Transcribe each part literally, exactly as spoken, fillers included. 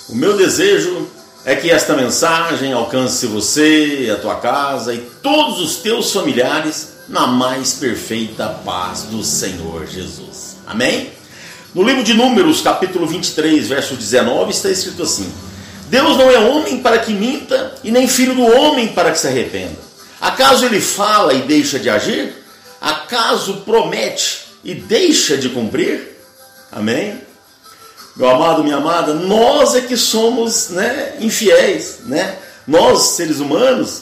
O meu desejo é que esta mensagem alcance você, a tua casa e todos os teus familiares na mais perfeita paz do Senhor Jesus. Amém? No livro de Números, capítulo vinte e três, verso dezenove, está escrito assim: Deus não é homem para que minta, e nem filho do homem para que se arrependa. Acaso ele fala e deixa de agir? Acaso promete e deixa de cumprir? Amém? Meu amado, minha amada, nós é que somos, né, infiéis, né? Nós, seres humanos,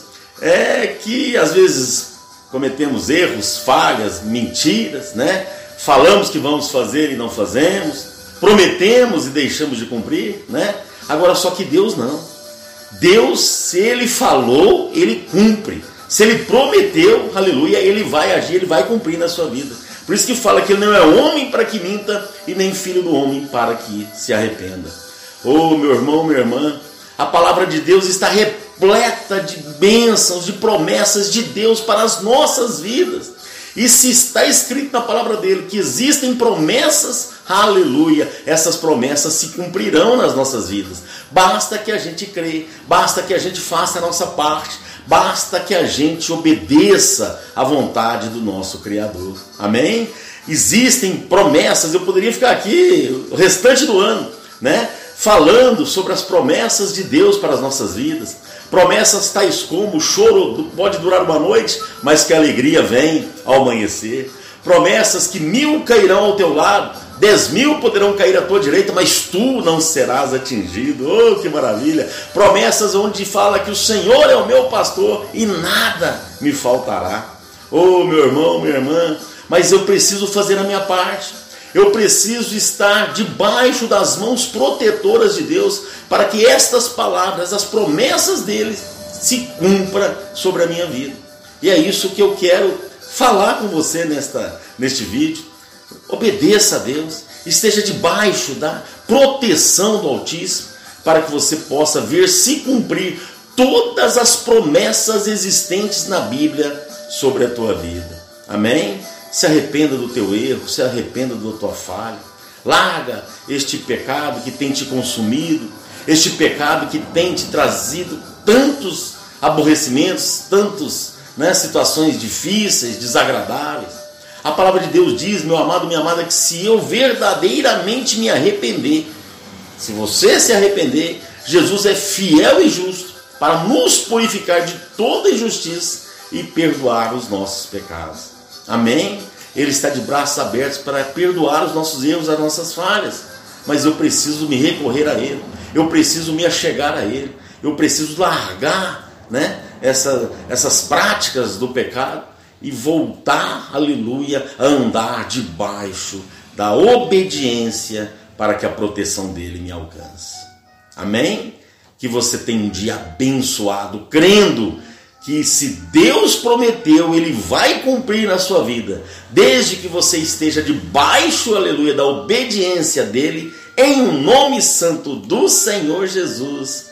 é que às vezes cometemos erros, falhas, mentiras, né? Falamos que vamos fazer e não fazemos, prometemos e deixamos de cumprir, né? Agora, só que Deus não. Deus, se Ele falou, Ele cumpre. Se Ele prometeu, aleluia, Ele vai agir, Ele vai cumprir na sua vida. Por isso que fala que Ele não é homem para que minta e nem filho do homem para que se arrependa. Oh, meu irmão, minha irmã, a palavra de Deus está repleta de bênçãos, de promessas de Deus para as nossas vidas. E se está escrito na palavra dele que existem promessas, aleluia, essas promessas se cumprirão nas nossas vidas. Basta que a gente crê, basta que a gente faça a nossa parte, basta que a gente obedeça à vontade do nosso Criador. Amém? Existem promessas, eu poderia ficar aqui o restante do ano, né, falando sobre as promessas de Deus para as nossas vidas. Promessas tais como: o choro pode durar uma noite, mas que a alegria vem ao amanhecer. Promessas que mil cairão ao teu lado, dez mil poderão cair à tua direita, mas tu não serás atingido. Oh, que maravilha! Promessas onde fala que o Senhor é o meu pastor e nada me faltará. Oh, meu irmão, minha irmã, mas eu preciso fazer a minha parte. Eu preciso estar debaixo das mãos protetoras de Deus para que estas palavras, as promessas dele, se cumpram sobre a minha vida. E é isso que eu quero falar com você nesta, neste vídeo. Obedeça a Deus, esteja debaixo da proteção do Altíssimo para que você possa ver se cumprir todas as promessas existentes na Bíblia sobre a tua vida. Amém? Se arrependa do teu erro, se arrependa da tua falha. Larga este pecado que tem te consumido, este pecado que tem te trazido tantos aborrecimentos, tantas, né, situações difíceis, desagradáveis. A palavra de Deus diz, meu amado, minha amada, que se eu verdadeiramente me arrepender, se você se arrepender, Jesus é fiel e justo para nos purificar de toda injustiça e perdoar os nossos pecados. Amém? Ele está de braços abertos para perdoar os nossos erros, as nossas falhas. Mas eu preciso me recorrer a Ele. Eu preciso me achegar a Ele. Eu preciso largar, né, essa, essas práticas do pecado e voltar, aleluia, a andar debaixo da obediência para que a proteção dEle me alcance. Amém? Que você tenha um dia abençoado, crendo que se Deus prometeu, Ele vai cumprir na sua vida, desde que você esteja debaixo, aleluia, da obediência dEle, em um nome santo do Senhor Jesus.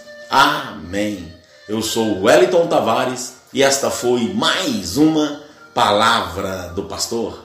Amém. Eu sou o Wellington Tavares e esta foi mais uma Palavra do Pastor.